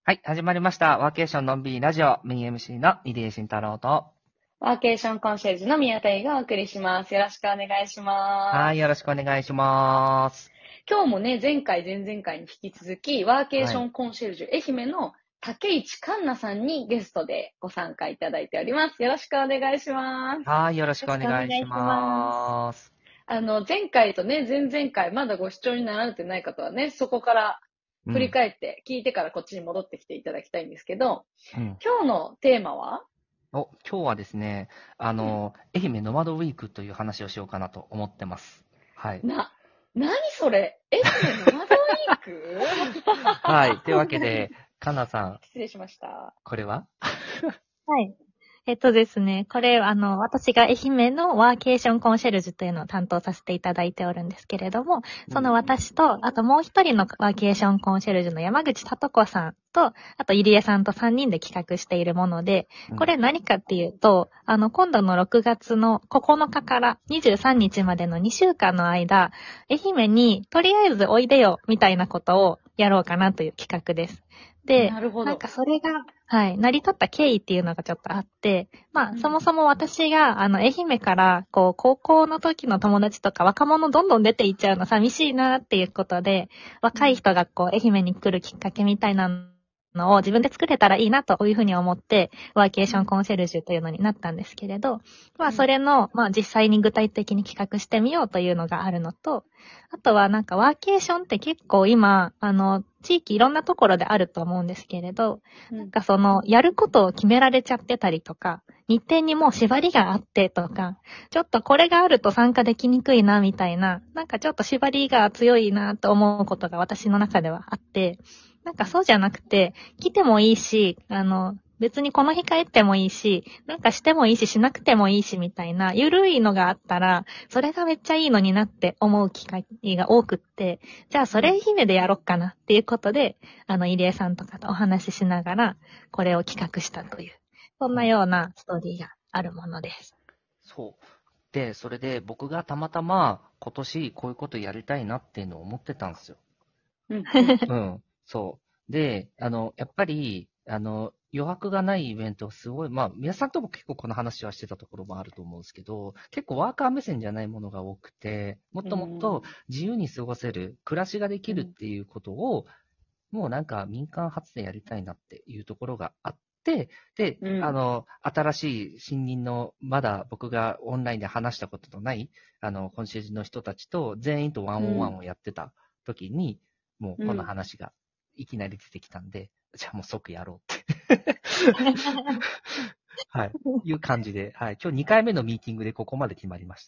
はい、始まりました。ワーケーションのんびりラジオ、メイン MC の入江慎太郎と。 ワーケーションコンシェルジュの宮田井がお送りします。よろしくお願いしはい、よろます。 しくお願いします。 今日もね、前回、前々回に引き続き、ワーケーはい。 ションコンシェルジュ愛媛の竹市環奈さんにゲストでご参加いただいております。よろしくお願いします。 はい、よろしくおよろしくお願願いしいします。 ます。 前回とね、前々回、まだご視聴になられてない方はね、そこから振りうん。 返って聞いてからこっちに戻ってきていただきたいんですけど、 うん。 今日のテーマは、 今日はですね、愛媛ノマドウィークという話をしようかなと思ってます。はい。 何それ愛媛ノマドウィークはい。というわけで、かなさん、 失礼しました。 これは？ はい。ですね、これ、私が愛媛のワーケーションコンシェルジュというのを担当させていただいておるんですけれども、その私と、あともう一人のワーケーションコンシェルジュの山口聡子さんと、あと入江さんと3人で企画しているもので、これ何かっていうと、今度の6月の9日から23日までの2週間の間、愛媛にとりあえずおいでよ、みたいなことをやろうかなという企画です。で、 なるほど。 なんかそれが、はい、成り立った経緯っていうのがちょっとあって、まあ、そもそも私が、愛媛から、高校の時の友達とか若者どんどん出ていっちゃうの寂しいなっていうことで、若い人が愛媛に来るきっかけみたいなのを自分で作れたらいいなというふうに思って、ワーケーションコンシェルジュというのになったんですけれど、まあ、それの、まあ、実際に具体的に企画してみようというのがあるのと、あとはなんかワーケーションって結構今、地域いろんなところであると思うんですけれど、なんかやることを決められちゃってたりとか、日程にもう縛りがあってとか、ちょっとこれがあると参加できにくいなみたいな、なんかちょっと縛りが強いなと思うことが私の中ではあって、なんかそうじゃなくて、来てもいいし、別にこの日帰ってもいいし、なんかしてもいいし、しなくてもいいし、みたいな、ゆるいのがあったら、それがめっちゃいいのになって思う機会が多くって、じゃあそれ愛媛でやろっかなっていうことで、入江さんとかとお話ししながら、これを企画したという、そんなようなストーリーがあるものです。 そう。で、それで僕がたまたま今年こういうことやりたいなっていうのを思ってたんですよ。うん。そう。で、やっぱり、余白がないイベント、すごい、まあ、皆さんとも結構この話はしてたところもあると思うんですけど、結構ワーカー目線じゃないものが多くて、もっともっと自由に過ごせる、暮らしができるっていうことを、もうなんか民間発でやりたいなっていうところがあって、で、新しい新任の、まだ僕がオンラインで話したことのない、コンシェルジュの人たちと全員とワンオンワンをやってた時に、もうこの話がいきなり出てきたんで、じゃあもう即やろうって。はい。いう感じで、はい。今日2回目のミーティングでここまで決まりました。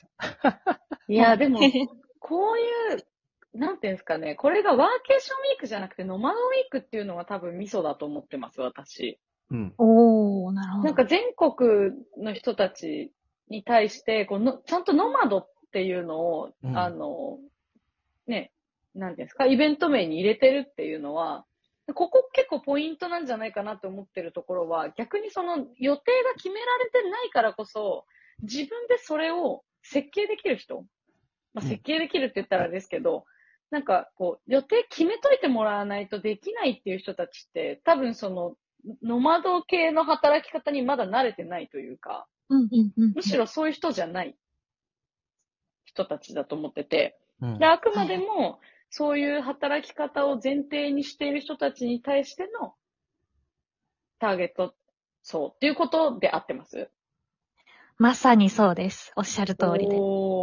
いや、でも、こういう、なんていうんですかね、これがワーケーションウィークじゃなくてノマドウィークっていうのは多分ミソだと思ってます、私。 うん。 おー、なるほど。 なんか全国の人たちに対して、ちゃんとノマドっていうのを、ね、なんていうんですか、イベント名に入れてるっていうのは、ここ結構ポイントなんじゃないかなと思ってるところは、逆にその予定が決められてないからこそ、自分でそれを設計できる人、まあ、設計できるって言ったらあれですけど、なんか予定決めといてもらわないとできないっていう人たちって、多分ノマド系の働き方にまだ慣れてないというか、むしろそういう人じゃない人たちだと思ってて、で、あくまでも、そういう働き方を前提にしている人たちに対してのターゲット層っていうことで合ってます？ まさにそうです。おっしゃる通りで。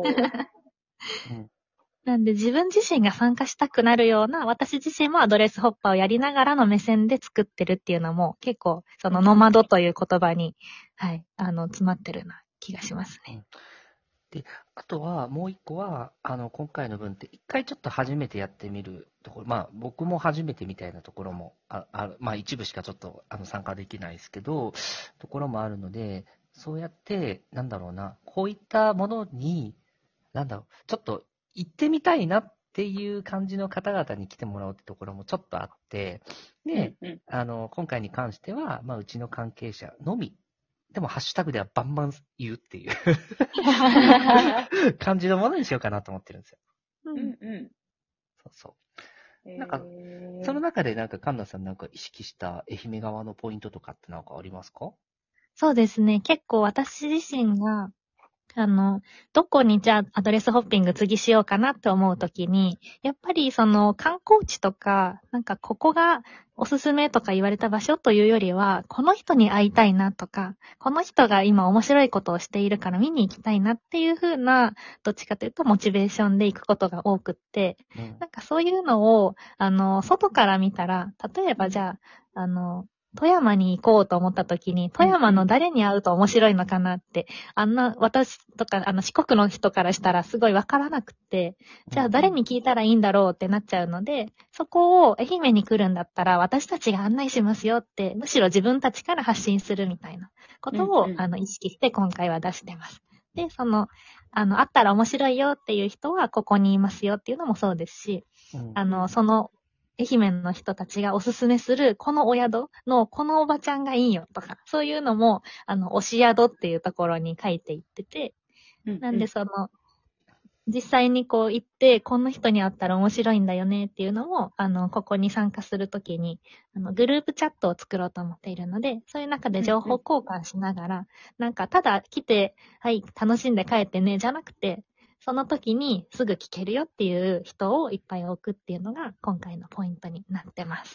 なんで自分自身が参加したくなるような、私自身もアドレスホッパーをやりながらの目線で作ってるっていうのも結構そのノマドという言葉に、はい、詰まってるような気がしますね。 で、あとはもう一個は、今回の分って一回ちょっと初めてやってみるところ、まあ僕も初めてみたいなところもまあ一部しかちょっと参加できないですけど、ところもあるので、そうやって、なんだろうな、こういったものに、なんだろう、ちょっと行ってみたいなっていう感じの方々に来てもらうってところもちょっとあって、で、今回に関しては、まあうちの関係者のみ、でもハッシュタグではバンバン言うっていう感じのものにしようかなと思ってるんですよ。 そうそう。 なんか、その中でなんか、カンナさんなんか意識した愛媛側のポイントとかってなんかありますか？ そうですね。結構私自身が、どこにじゃあアドレスホッピング次しようかなって思うときに、やっぱりその観光地とか、なんかここがおすすめとか言われた場所というよりは、この人に会いたいなとか、この人が今面白いことをしているから見に行きたいなっていう風な、どっちかというとモチベーションで行くことが多くって、なんかそういうのを、外から見たら、例えばじゃあ、富山に行こうと思った時に、富山の誰に会うと面白いのかなって、私とか、四国の人からしたらすごいわからなくって、じゃあ誰に聞いたらいいんだろうってなっちゃうので、そこを愛媛に来るんだったら私たちが案内しますよって、むしろ自分たちから発信するみたいなことを、意識して今回は出してます。で、会ったら面白いよっていう人はここにいますよっていうのもそうですし、愛媛の人たちがおすすめする、このお宿のこのおばちゃんがいいよとか、そういうのも、推し宿っていうところに書いていってて、なんで実際にこう行って、この人に会ったら面白いんだよねっていうのも、ここに参加するときに、グループチャットを作ろうと思っているので、そういう中で情報交換しながら、なんかただ来て、はい、楽しんで帰ってね、じゃなくて、その時にすぐ聞けるよっていう人をいっぱい置くっていうのが今回のポイントになってます。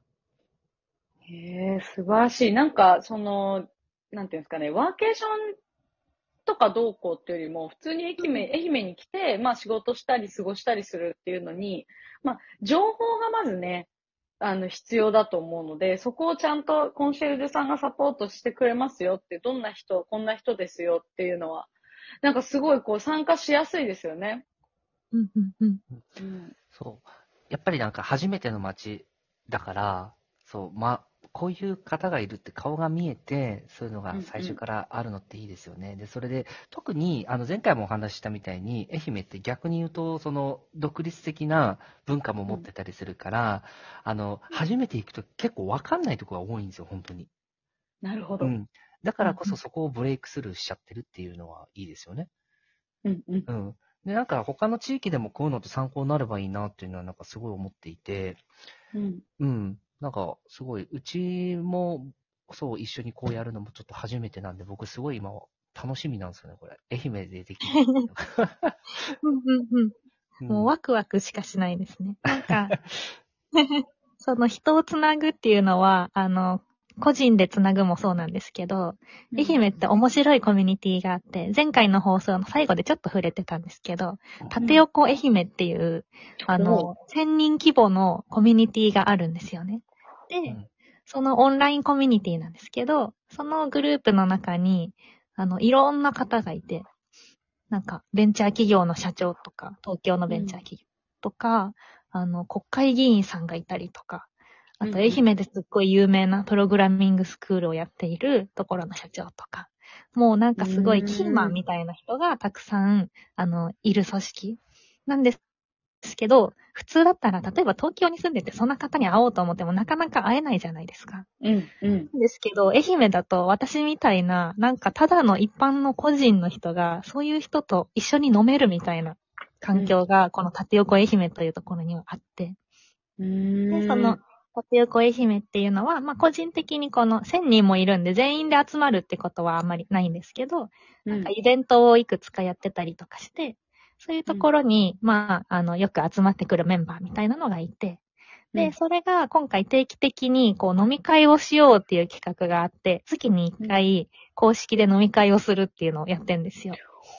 へえ、素晴らしい。なんか、なんていうんですかね、ワーケーションとかどうこうっていうよりも、普通に愛媛に来て、まあ仕事したり過ごしたりするっていうのに、まあ情報がまずね、必要だと思うので、そこをちゃんとコンシェルジュさんがサポートしてくれますよって、どんな人、こんな人ですよっていうのは、なんかすごいこう参加しやすいですよね。 そう。やっぱりなんか初めての街だから、そう、こういう方がいるって顔が見えて、そういうのが最初からあるのっていいですよね。で、それで、特に、前回もお話ししたみたいに、愛媛って逆に言うと、独立的な文化も持ってたりするから、初めて行くと結構わかんないところが多いんですよ、本当に。 なるほど。 だからこそそこをブレイクスルーしちゃってるっていうのはいいですよね。で、なんか他の地域でもこういうのって参考になればいいなっていうのはなんかすごい思っていて、なんかすごい、うちもそう一緒にこうやるのもちょっと初めてなんで、僕すごい今楽しみなんですよね、これ。愛媛でできる。 もうワクワクしかしないですね。なんか、その人をつなぐっていうのは、個人でつなぐもそうなんですけど、愛媛って面白いコミュニティがあって、前回の放送の最後でちょっと触れてたんですけど、縦横愛媛っていう、1000人規模のコミュニティがあるんですよね。で、そのオンラインコミュニティなんですけど、そのグループの中に、いろんな方がいて、なんか、ベンチャー企業の社長とか、東京のベンチャー企業とか、国会議員さんがいたりとか、あと、愛媛ですっごい有名なプログラミングスクールをやっているところの社長とか、もうなんかすごいキーマンみたいな人がたくさん、いる組織なんですけど、普通だったら、例えば東京に住んでてそんな方に会おうと思ってもなかなか会えないじゃないですか。ですけど、愛媛だと私みたいな、なんかただの一般の個人の人が、そういう人と一緒に飲めるみたいな環境が、この縦横愛媛というところにはあって、で、その、縦横愛媛っていうのは、個人的にこの1000人もいるんで全員で集まるってことはあんまりないんですけど、なんかイベントをいくつかやってたりとかして、そういうところに、よく集まってくるメンバーみたいなのがいて、で、それが今回定期的にこう飲み会をしようっていう企画があって、月に1回公式で飲み会をするっていうのをやってんですよ。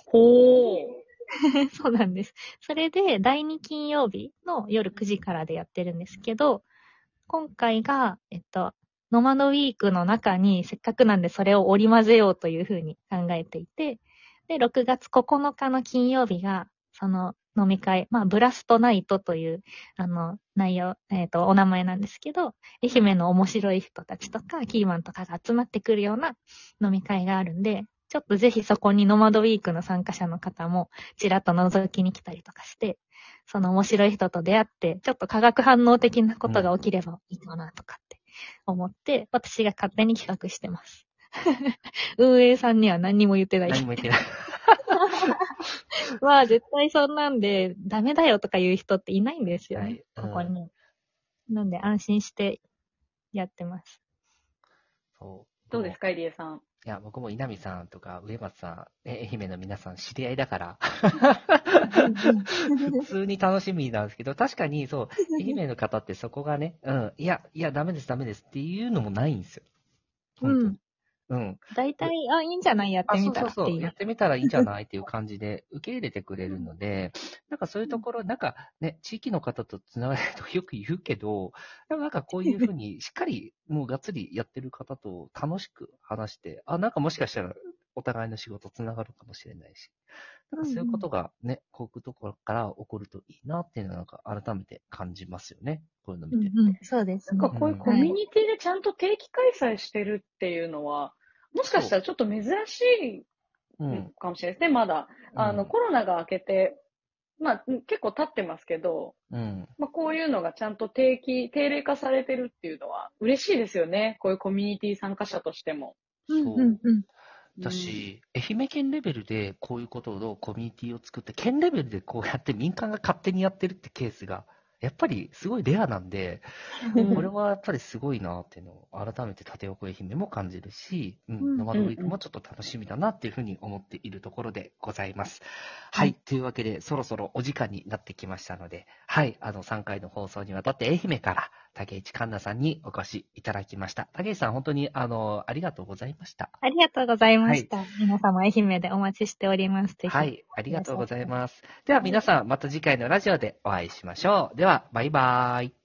そうなんです。それで第2金曜日の夜9時からでやってるんですけど、今回が、ノマドウィークの中にせっかくなんでそれを織り交ぜようというふうに考えていて、で、6月9日の金曜日が、その飲み会、ブラストナイトという、内容、お名前なんですけど、愛媛の面白い人たちとか、キーマンとかが集まってくるような飲み会があるんで、ちょっとぜひそこにノマドウィークの参加者の方もちらっと覗きに来たりとかして、その面白い人と出会って、ちょっと化学反応的なことが起きればいいかなとかって思って、私が勝手に企画してます。 運営さんには何にも言ってない。 何も言ってない。 まあ、絶対そんなんで、ダメだよとか言う人っていないんですよね。 はいここに。なんで、安心してやってます。 そう。 どうですか、入江さん。 いや、僕も稲見さんとか上松さん、愛媛の皆さん知り合いだから、普通に楽しみなんですけど、確かにそう、愛媛の方ってそこがね、いや、ダメですっていうのもないんですよ。本当に。 大体、いいんじゃないやってみたらっていう。 そう、やってみたらいいんじゃないっていう感じで受け入れてくれるので、なんかそういうところ、なんかね、地域の方とつながれるとよく言うけど、でもなんかこういうふうにしっかりもうがっつりやってる方と楽しく話して、なんかもしかしたらお互いの仕事つながるかもしれないし、なんかそういうことがね、こういうところから起こるといいなっていうのはなんか改めて感じますよね。こういうの見て。 そうですね。 なんかこういうコミュニティでちゃんと定期開催してるっていうのは、もしかしたらちょっと珍しいかもしれないですね、まだ。コロナが明けて、まあ結構経ってますけど、まあこういうのがちゃんと定例化されてるっていうのは嬉しいですよね。こういうコミュニティ参加者としても。 そう。だし、愛媛県レベルでこういうことをコミュニティを作って、県レベルでこうやって民間が勝手にやってるってケースが、やっぱりすごいレアなんで、これはやっぱりすごいなっていうのを改めて縦横愛媛も感じるし、ノマドウィークもちょっと楽しみだなっていうふうに思っているところでございます。はい。というわけで、そろそろお時間になってきましたので、はい。3回の放送にわたって愛媛から竹市環奈さんにお越しいただきました。竹市さん、本当にありがとうございました。 ありがとうございました。はい、皆様愛媛でお待ちしております。 はい。ありがとうございます。では皆さん、また次回のラジオでお会いしましょう。では、バイバーイ。